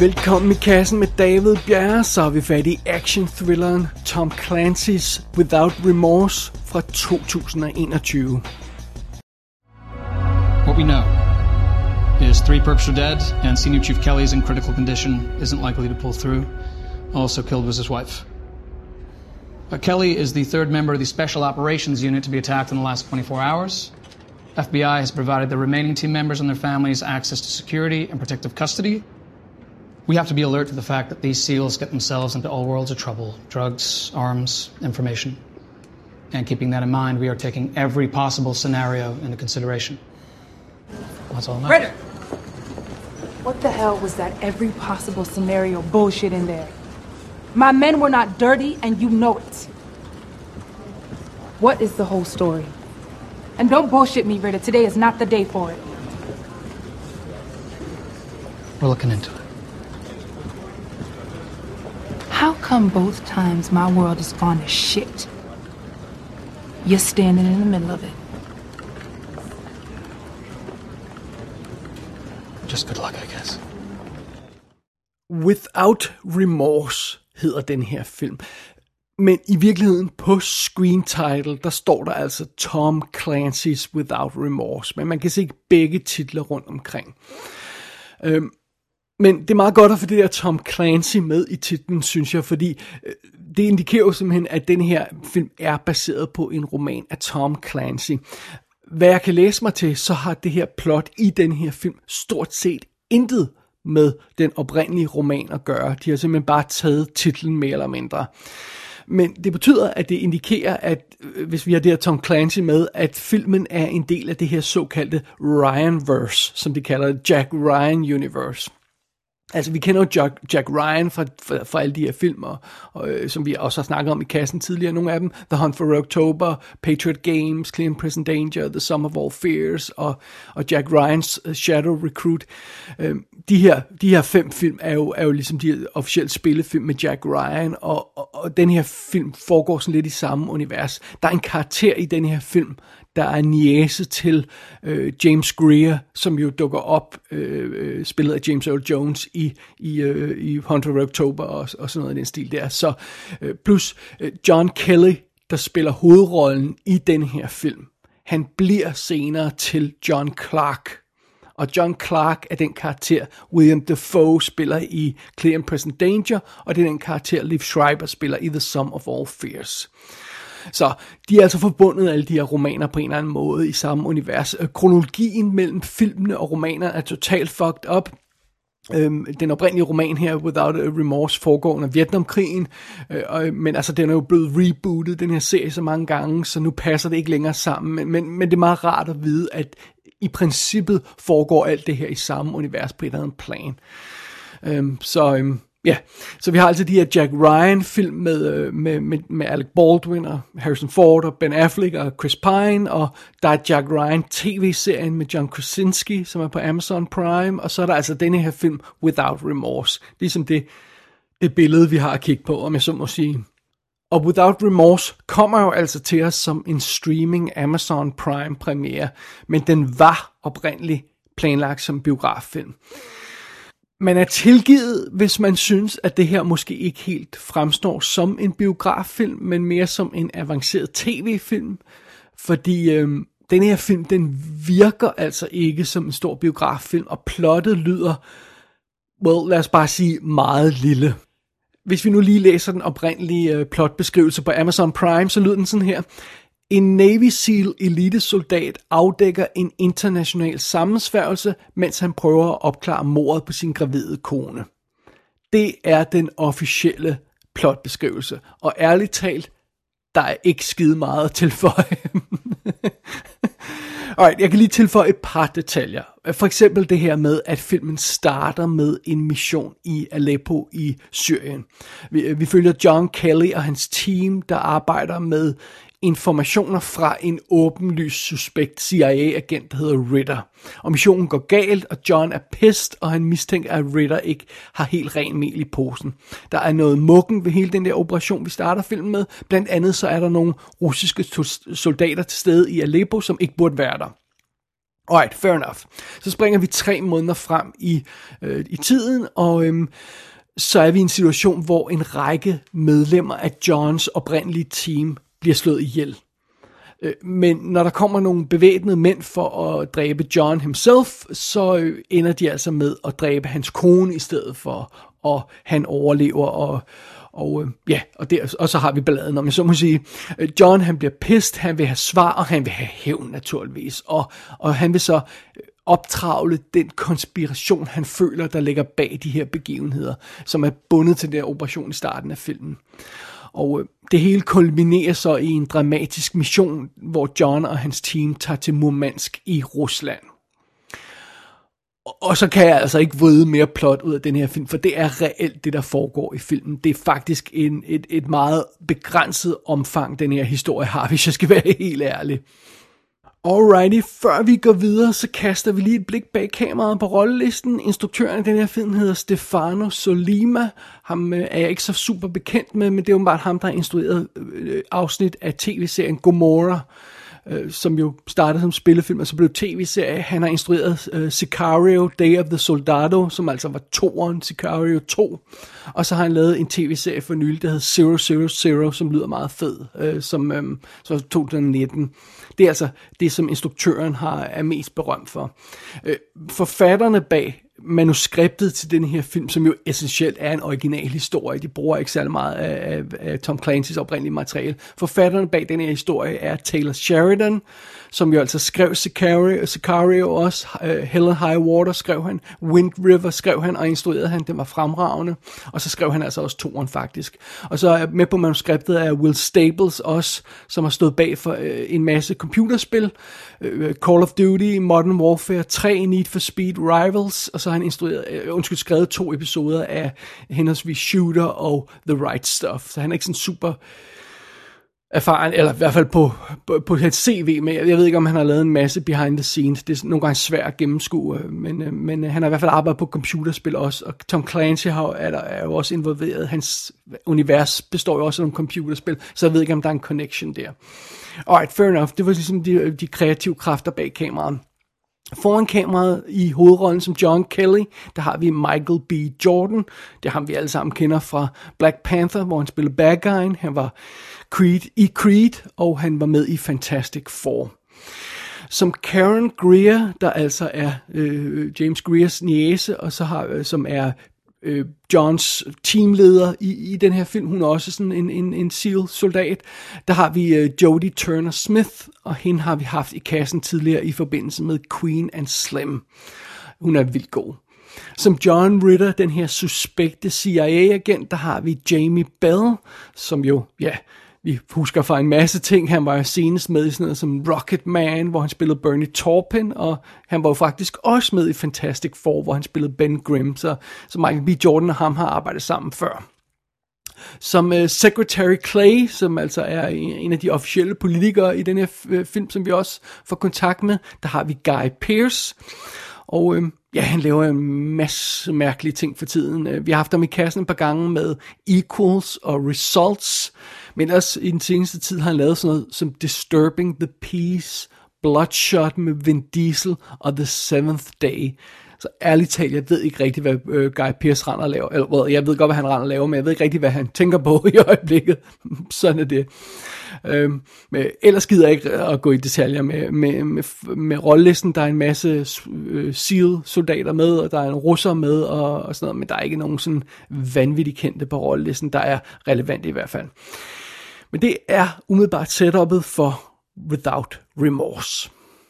Velkommen i kassen med David Bjerre, så er vi fat i action-thrilleren Tom Clancy's Without Remorse fra 2021. What we know is 3 perps are dead, and Senior Chief Kelly is in critical condition, isn't likely to pull through. Also killed was his wife. Kelly is the 3rd member of the Special Operations Unit to be attacked in the last 24 hours. FBI has provided the remaining team members and their families access to security and protective custody. We have to be alert to the fact that these SEALs get themselves into all worlds of trouble. Drugs, arms, information. And keeping that in mind, we are taking every possible scenario into consideration. That's all that matters. Ritter! What the hell was that every possible scenario bullshit in there? My men were not dirty, and you know it. What is the whole story? And don't bullshit me, Ritter. Today is not the day for it. We're looking into it. How come both times my world has gone to shit, you're standing in the middle of it? Just good luck, I guess. Without Remorse hedder den her film. Men i virkeligheden på screen title, der står der altså Tom Clancy's Without Remorse. Men man kan se begge titler rundt omkring. Men det er meget godt at få det der Tom Clancy med i titlen, synes jeg, fordi det indikerer jo simpelthen, at den her film er baseret på en roman af Tom Clancy. Hvad jeg kan læse mig til, så har det her plot i den her film stort set intet med den oprindelige roman at gøre. De har simpelthen bare taget titlen mere eller mindre. Men det betyder, at det indikerer, at hvis vi har det her Tom Clancy med, at filmen er en del af det her såkaldte Ryan-verse, som de kalder det, Jack Ryan Universe. Altså, vi kender jo Jack Ryan fra alle de her film, som vi også har snakket om i kassen tidligere, nogle af dem. The Hunt for October, Patriot Games, Clear and Present Danger, The Sum of All Fears, og Jack Ryans Shadow Recruit. De her 5 film er jo ligesom de officielle spillefilm med Jack Ryan, og den her film foregår sådan lidt i samme univers. Der er en karakter i den her film, der er niece til James Greer, som jo dukker op, spillet af James Earl Jones i Hunt for October og sådan noget i den stil der. Så plus John Kelly, der spiller hovedrollen i den her film. Han bliver senere til John Clark. Og John Clark er den karakter, William Dafoe spiller i Clear and Present Danger, og det er den karakter, Liev Schreiber spiller i The Sum of All Fears. Så de er altså forbundet alle de her romaner på en eller anden måde i samme univers. Kronologien mellem filmene og romaner er totalt fucked up. Den oprindelige roman her, Without Remorse, foregår under Vietnamkrigen, men altså den er jo blevet rebootet, den her serie, så mange gange, så nu passer det ikke længere sammen, men det er meget rart at vide, at i princippet foregår alt det her i samme univers på et eller andet plan. Ja, så vi har altså de her Jack Ryan film med Alec Baldwin og Harrison Ford og Ben Affleck og Chris Pine, og der er Jack Ryan tv-serien med John Krasinski, som er på Amazon Prime, og så er der altså denne her film Without Remorse. Ligesom det billede, vi har at kigge på, om jeg så må sige. Og Without Remorse kommer jo altså til os som en streaming Amazon Prime premiere, men den var oprindeligt planlagt som biograffilm. Man er tilgivet, hvis man synes, at det her måske ikke helt fremstår som en biograffilm, men mere som en avanceret tv-film. Fordi den her film, den virker altså ikke som en stor biograffilm, og plottet lyder, lad os bare sige, meget lille. Hvis vi nu lige læser den oprindelige plotbeskrivelse på Amazon Prime, så lyder den sådan her. En Navy SEAL elitesoldat afdækker en international sammensværgelse, mens han prøver at opklare mordet på sin gravide kone. Det er den officielle plotbeskrivelse. Og ærligt talt, der er ikke skide meget at tilføje. Alright, jeg kan lige tilføje et par detaljer. For eksempel det her med, at filmen starter med en mission i Aleppo i Syrien. Vi følger John Kelly og hans team, der arbejder med informationer fra en åbenlys suspekt CIA-agent, der hedder Ritter. Og missionen går galt, og John er pissed, og han mistænker, at Ritter ikke har helt ren mel i posen. Der er noget mukken ved hele den der operation, vi starter filmen med. Blandt andet så er der nogle russiske soldater til stede i Aleppo, som ikke burde være der. Alright, fair enough. Så springer vi 3 måneder frem i tiden, og så er vi i en situation, hvor en række medlemmer af Johns oprindelige team bliver slået ihjel. Men når der kommer nogle bevæbnede mænd for at dræbe John himself, så ender de altså med at dræbe hans kone i stedet for, og han overlever, og så har vi balladen, om jeg så må sige. John, han bliver pissed, han vil have svar, og han vil have hævn naturligvis, og han vil så optravle den konspiration, han føler, der ligger bag de her begivenheder, som er bundet til den der operation i starten af filmen. Og det hele kulminerer så i en dramatisk mission, hvor John og hans team tager til Murmansk i Rusland. Og så kan jeg altså ikke vride mere plot ud af den her film, for det er reelt det, der foregår i filmen. Det er faktisk et meget begrænset omfang, den her historie har, hvis jeg skal være helt ærlig. Alrighty, før vi går videre, så kaster vi lige et blik bag kameraet på rollelisten. Instruktøren af den her film hedder Stefano Sollima. Ham er jeg ikke så super bekendt med, men det er jo bare ham, der har instrueret afsnit af tv-serien Gomorrah, som jo startede som spillefilm, og så blev tv-serie. Han har instrueret Sicario, Day of the Soldado, som altså var toeren, Sicario 2. Og så har han lavet en tv-serie for nylig, der hedder 000, som lyder meget fed, som 2019. Det er altså det, som instruktøren er mest berømt for. Forfatterne bag manuskriptet til den her film, som jo essentielt er en original historie. De bruger ikke særlig meget af Tom Clancy's oprindelige materiale. Forfatterne bag den her historie er Taylor Sheridan, som jo altså skrev Sicario også. Hell and High Water skrev han. Wind River skrev han og instruerede han. Den var fremragende. Og så skrev han altså også toeren faktisk. Og så er med på manuskriptet er Will Staples også, som har stået bag for en masse computerspil. Call of Duty, Modern Warfare 3, Need for Speed, Rivals, og så har han skrevet 2 episoder af henholdsvis Shooter og The Right Stuff. Så han er ikke sådan super erfaren, eller i hvert fald på et CV, men jeg ved ikke, om han har lavet en masse behind the scenes. Det er nogle gange svært at gennemskue, men han har i hvert fald arbejdet på computerspil også, og Tom Clancy er jo også involveret. Hans univers består jo også af nogle computerspil, så jeg ved ikke, om der er en connection der. Alright, fair enough. Det var ligesom de kreative kræfter bag kameraet. Foran kameraet i hovedrollen som John Kelly, der har vi Michael B. Jordan. Det er ham, vi alle sammen kender fra Black Panther, hvor han spillede bad guyen. Han var Creed, og han var med i Fantastic Four. Som Karen Greer, der altså er James Greers niece, og som er Johns teamleder i den her film. Hun er også sådan en SEAL-soldat. Der har vi Jodie Turner-Smith, og hende har vi haft i kassen tidligere i forbindelse med Queen and Slim. Hun er vildt god. Som John Ritter, den her suspekte CIA-agent, der har vi Jamie Bell, som jo, vi husker fra en masse ting. Han var jo senest med i sådan noget som Rocket Man, hvor han spillede Bernie Taupin, og han var jo faktisk også med i Fantastic Four, hvor han spillede Ben Grimm, så Michael B. Jordan og ham har arbejdet sammen før. Som Secretary Clay, som altså er en af de officielle politikere i den her film, som vi også får kontakt med, der har vi Guy Pearce, og han laver en masse mærkelige ting for tiden. Vi har haft ham i kassen et par gange med Equals og Results, men også i den seneste tid har han lavet sådan noget som Disturbing the Peace, Bloodshot med Vin Diesel og The Seventh Day. Så ærligt talt, jeg ved ikke rigtig, hvad Guy Pearce render og laver. Eller, jeg ved godt, hvad han render og laver, men jeg ved ikke rigtig, hvad han tænker på i øjeblikket. Sådan er det. Men ellers gider jeg ikke at gå i detaljer med rollelisten. Der er en masse SEAL-soldater med, og der er en russer med, og sådan noget, men der er ikke nogen sådan vanvittigt kendte på rollelisten, der er relevant i hvert fald. Men det er umiddelbart setupet for Without Remorse.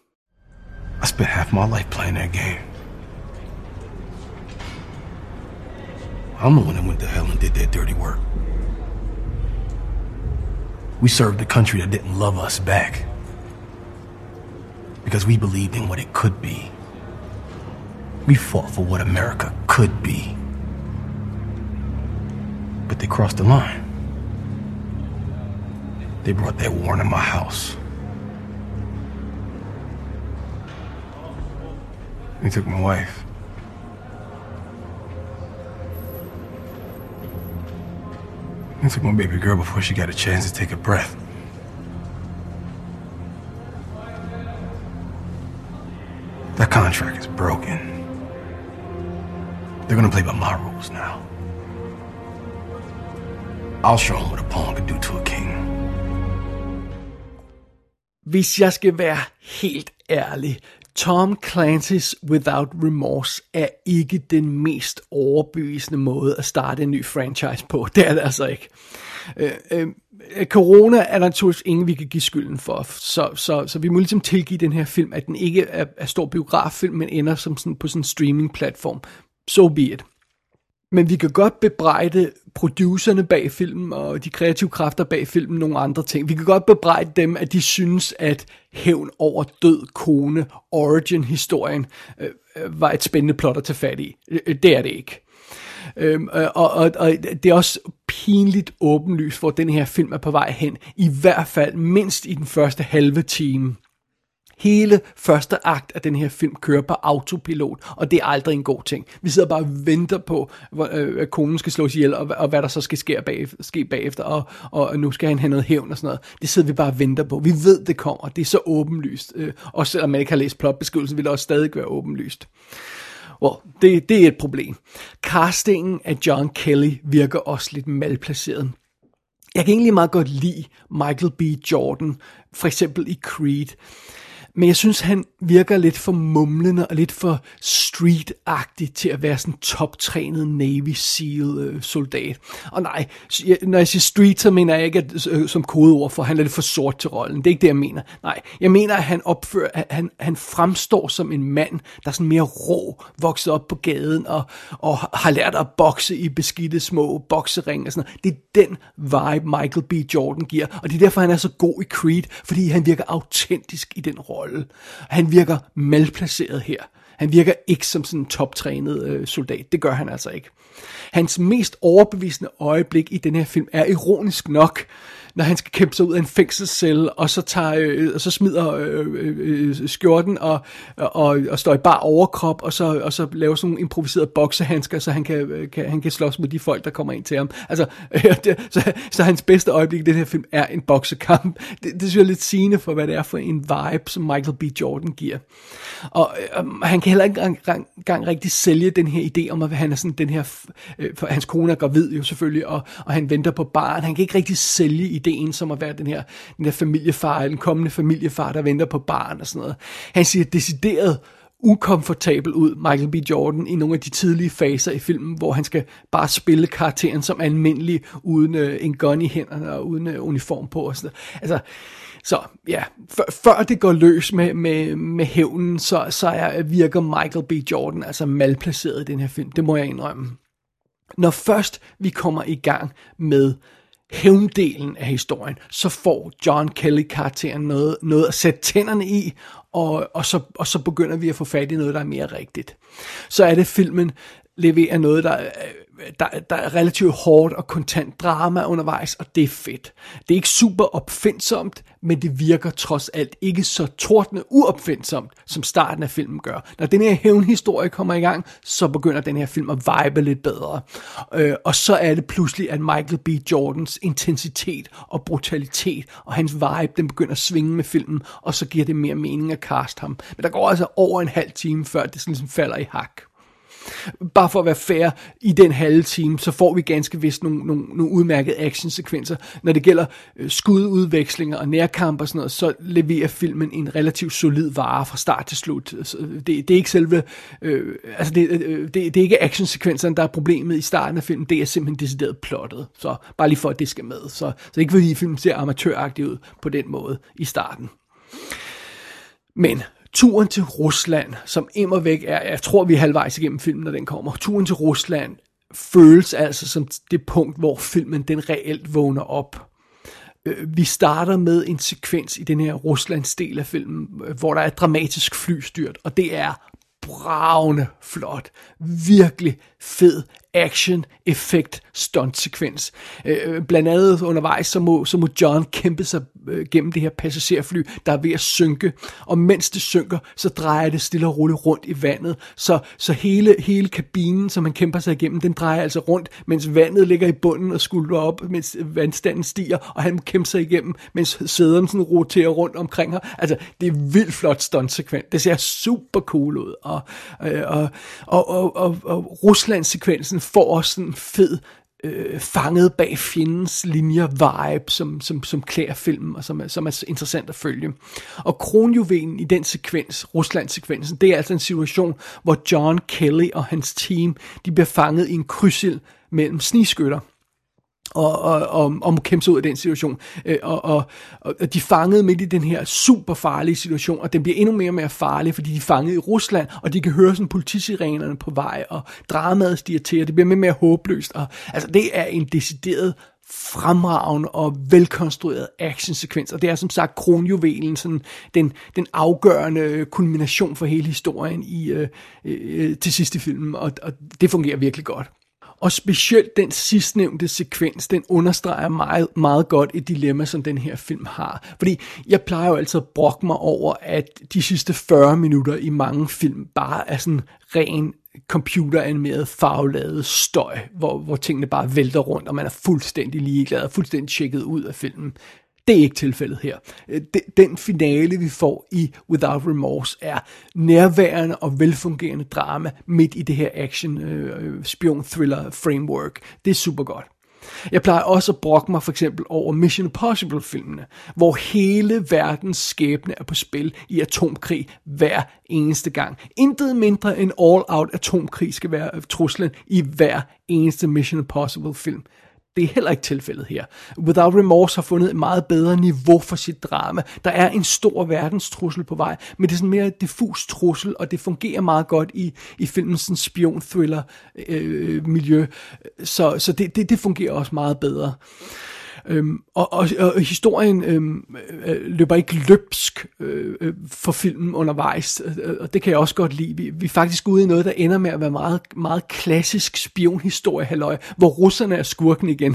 I spent half my life playing that game. I'm the one that went to hell and did that dirty work. We served a country that didn't love us back because we believed in what it could be. We fought for what America could be. But they crossed the line. They brought that war into my house. They took my wife. They took my baby girl before she got a chance to take a breath. That contract is broken. They're gonna play by my rules now. I'll show them what a pawn can do to a king. Hvis jeg skal være helt ærlig, Tom Clancy's Without Remorse er ikke den mest overbevisende måde at starte en ny franchise på. Det er det altså ikke. Corona er der naturligvis ingen, vi kan give skylden for, så vi må ligesom tilgive den her film, at den ikke er stor biograffilm, men ender som sådan, på sådan en streaming-platform. So be it. Men vi kan godt bebrejde producerne bag filmen og de kreative kræfter bag filmen nogle andre ting. Vi kan godt bebrejde dem, at de synes, at hævn over død kone, origin-historien, var et spændende plot at tage fat i. Det er det ikke. Og det er også pinligt åbenlyst, hvor den her film er på vej hen. I hvert fald mindst i den første halve time. Hele første akt af den her film kører på autopilot, og det er aldrig en god ting. Vi sidder bare og venter på, at konen skal slås ihjel, og hvad der så skal ske bagefter, og nu skal han have noget hævn og sådan noget. Det sidder vi bare og venter på. Vi ved, det kommer. Det er så åbenlyst. Også selvom man ikke har læst plotbeskrivelsen, vil det også stadig være åbenlyst. Det er et problem. Castingen af John Kelly virker også lidt malplaceret. Jeg kan egentlig meget godt lide Michael B. Jordan, for eksempel i Creed. Men jeg synes, han virker lidt for mumlende og lidt for street-agtig til at være sådan en toptrænet Navy SEAL-soldat. Og nej, når jeg siger street, så mener jeg ikke at, som kodeord for, at han er lidt for sort til rollen. Det er ikke det, jeg mener. Nej, jeg mener, at han fremstår som en mand, der er sådan mere rå, vokset op på gaden og har lært at bokse i beskidte små boksering og sådan noget. Det er den vibe, Michael B. Jordan giver, og det er derfor, han er så god i Creed, fordi han virker autentisk i den rolle. Han virker malplaceret her. Han virker ikke som sådan en toptrænet soldat. Det gør han altså ikke. Hans mest overbevisende øjeblik i den her film er ironisk nok, når han skal kæmpe sig ud af en fængselscelle, og så smider skjorten og står i bar overkrop, og så laver sådan nogle improviserede boksehandsker, så han kan slås mod de folk, der kommer ind til ham. Altså, så hans bedste øjeblik i den her film er en boksekamp. Det synes jeg er lidt sigende for, hvad det er for en vibe, som Michael B. Jordan giver. Og han kan heller ikke engang rigtig sælge den her idé om, at han er sådan den her, for hans kone er gravid jo selvfølgelig, og han venter på barn. Han kan ikke rigtig sælge ideen som at være den her familiefar, den kommende familiefar, der venter på barn og sådan noget. Han siger decideret ukomfortabel ud, Michael B. Jordan, i nogle af de tidlige faser i filmen, hvor han skal bare spille karakteren som almindelig, uden en gun i hænderne og uden uniform på og sådan noget. Altså, så ja, før det går løs med hævnen, så virker Michael B. Jordan altså malplaceret i den her film. Det må jeg indrømme. Når først vi kommer i gang med hævndelen af historien, så får John Kelly-karakteren noget at sætte tænderne i, og så begynder vi at få fat i noget, der er mere rigtigt. Så er det, filmen leverer noget, der er relativt hårdt og kontant drama undervejs, og det er fedt. Det er ikke super opfindsomt, men det virker trods alt ikke så tordende uopfindsomt, som starten af filmen gør. Når den her hævnhistorie kommer i gang, så begynder den her film at vibe lidt bedre. Og så er det pludselig, at Michael B. Jordans intensitet og brutalitet og hans vibe, den begynder at svinge med filmen, og så giver det mere mening at kaste ham. Men der går altså over en halv time, før det sådan ligesom falder i hak. Bare for at være fair, i den halve time, så får vi ganske vist nogle udmærkede actionsekvenser. Når det gælder skududvekslinger og nærkamp og sådan noget, så leverer filmen en relativt solid vare fra start til slut. Det er ikke selve, det er ikke actionsekvenserne, der er problemet i starten af filmen, det er simpelthen decideret plottet. Så bare lige for, at det skal med. Så ikke fordi filmen ser amatøragtig ud på den måde i starten. Men turen til Rusland, som immervæk er, jeg tror vi er halvvejs igennem filmen, når den kommer. Turen til Rusland føles altså som det punkt, hvor filmen den reelt vågner op. Vi starter med en sekvens i den her Ruslands del af filmen, hvor der er et dramatisk flystyrt, og det er bravende flot. Virkelig fed action-effekt stunt-sekvens. Blandt andet undervejs, så må John kæmpe sig gennem det her passagerfly, der er ved at synke, og mens det synker, så drejer det stille og roligt rundt i vandet, så hele kabinen, som han kæmper sig igennem, den drejer altså rundt, mens vandet ligger i bunden og skulder op, mens vandstanden stiger, og han må kæmpe sig igennem, mens sæderne sådan roterer rundt omkring her. Altså, det er vildt flot stunt-sekvens. Det ser super cool ud, og Rusland-sekvensen får også sådan en fed fanget bag fjendens linjer vibe, som klæder filmen, og som er interessant at følge. Og kronjuvelen i den sekvens, Rusland-sekvensen, det er altså en situation, hvor John Kelly og hans team, de bliver fanget i en krydsild mellem snigskytter. Og må kæmpe sig ud af den situation. Og de er fanget midt i den her super farlige situation, og den bliver endnu mere farlig, fordi de er fanget i Rusland, og de kan høre sådan politisirenerne på vej, og dramaet stiger til, og det bliver mere håbløst. Og, altså, det er en decideret fremragende og velkonstrueret actionsekvens, og det er som sagt kronjuvelen, sådan den afgørende kulmination for hele historien til sidst i filmen, og det fungerer virkelig godt. Og specielt den sidstnævnte sekvens, den understreger meget, meget godt et dilemma, som den her film har. Fordi jeg plejer jo altid at brokke mig over, at de sidste 40 minutter i mange film bare er sådan ren computeranimeret, farveladet støj, hvor tingene bare vælter rundt, og man er fuldstændig ligeglad og fuldstændig tjekket ud af filmen. Det er ikke tilfældet her. Den finale, vi får i Without Remorse, er nærværende og velfungerende drama midt i det her action spion-thriller framework. Det er super godt. Jeg plejer også at brokke mig for eksempel over Mission Impossible-filmene, hvor hele verdens skæbne er på spil i atomkrig hver eneste gang. Intet mindre end all-out atomkrig skal være truslen i hver eneste Mission Impossible-film. Det er heller ikke tilfældet her. Without Remorse har fundet et meget bedre niveau for sit drama. Der er en stor verdenstrussel på vej, men det er sådan mere diffus trussel, og det fungerer meget godt i filmens spion-thriller-miljø. Så det fungerer også meget bedre. Og historien løber ikke løbsk for filmen undervejs, og det kan jeg også godt lide. Vi er faktisk ude i noget, der ender med at være meget, meget klassisk spionhistorie, halløj, hvor russerne er skurken igen.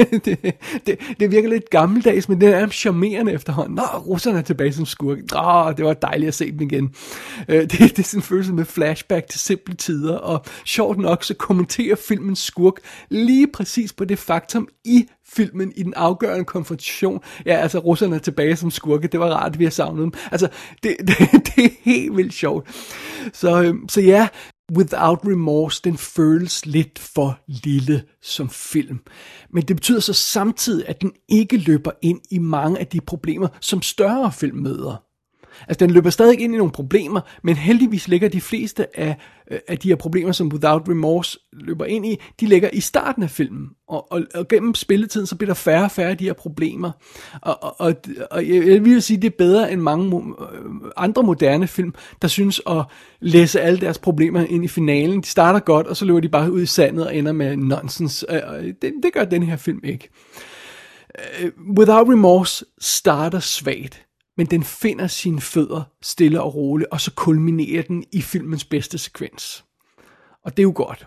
det virker lidt gammeldags, men det er charmerende efterhånden. Nå, russerne er tilbage som skurken. Det var dejligt at se dem igen. Det er sådan en følelse med flashback til simple tider, og sjovt nok, så kommenterer filmens skurk lige præcis på det faktum i filmen, i den afgørende konfrontation. Ja, altså, russerne er tilbage som skurke. Det var rart, vi har savnet dem. Altså, det er helt vildt sjovt. Så ja, Without Remorse, den føles lidt for lille som film. Men det betyder så samtidig, at den ikke løber ind i mange af de problemer, som større film møder. Altså, den løber stadig ind i nogle problemer, men heldigvis ligger de fleste af de her problemer, som Without Remorse løber ind i, de ligger i starten af filmen. Og gennem spilletiden, så bliver der færre og færre af de her problemer. Og jeg vil sige, det er bedre end mange andre moderne film, der synes at læse alle deres problemer ind i finalen. De starter godt, og så løber de bare ud i sandet og ender med nonsens. Det gør den her film ikke. Without Remorse starter svagt, men den finder sine fødder stille og roligt, og så kulminerer den i filmens bedste sekvens. Og det er jo godt.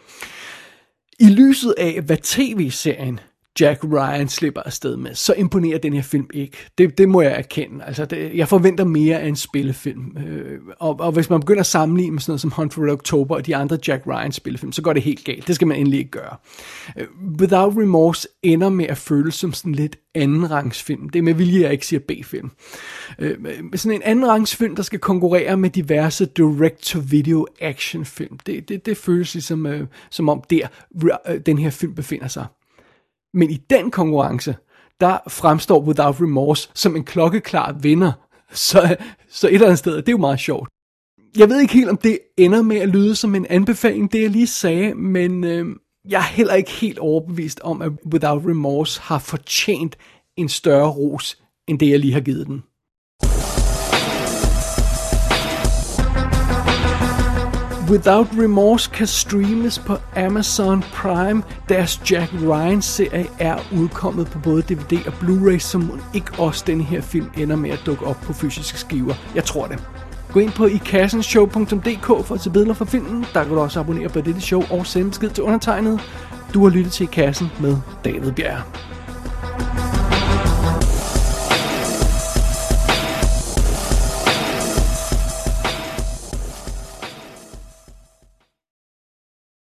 I lyset af, hvad tv-serien Jack Ryan slipper afsted med, så imponerer den her film ikke. Det må jeg erkende. Altså, jeg forventer mere af en spillefilm. Og hvis man begynder at sammenligne med sådan noget som Hunt for Red October og de andre Jack Ryan spillefilm, så går det helt galt. Det skal man endelig ikke gøre. Without Remorse ender med at føles som sådan lidt andenrangsfilm. Det er med vilje, jeg ikke siger B-film. Sådan en andenrangsfilm, der skal konkurrere med diverse direct-to-video actionfilm. Det føles ligesom, som om den her film befinder sig. Men i den konkurrence, der fremstår Without Remorse som en klokkeklar vinder. Så et eller andet sted, det er jo meget sjovt. Jeg ved ikke helt, om det ender med at lyde som en anbefaling, det jeg lige sagde, men jeg er heller ikke helt overbevist om, at Without Remorse har fortjent en større ros, end det jeg lige har givet den. Without Remorse kan streames på Amazon Prime. Deres Jack Ryan-serie er udkommet på både DVD og Blu-ray, som ikke også denne her film ender med at dukke op på fysiske skiver. Jeg tror det. Gå ind på ikassenshow.dk for at se billeder fra filmen. Der kan du også abonnere på dette show og sende besked til undertegnet. Du har lyttet til I Kassen med David Bjerg.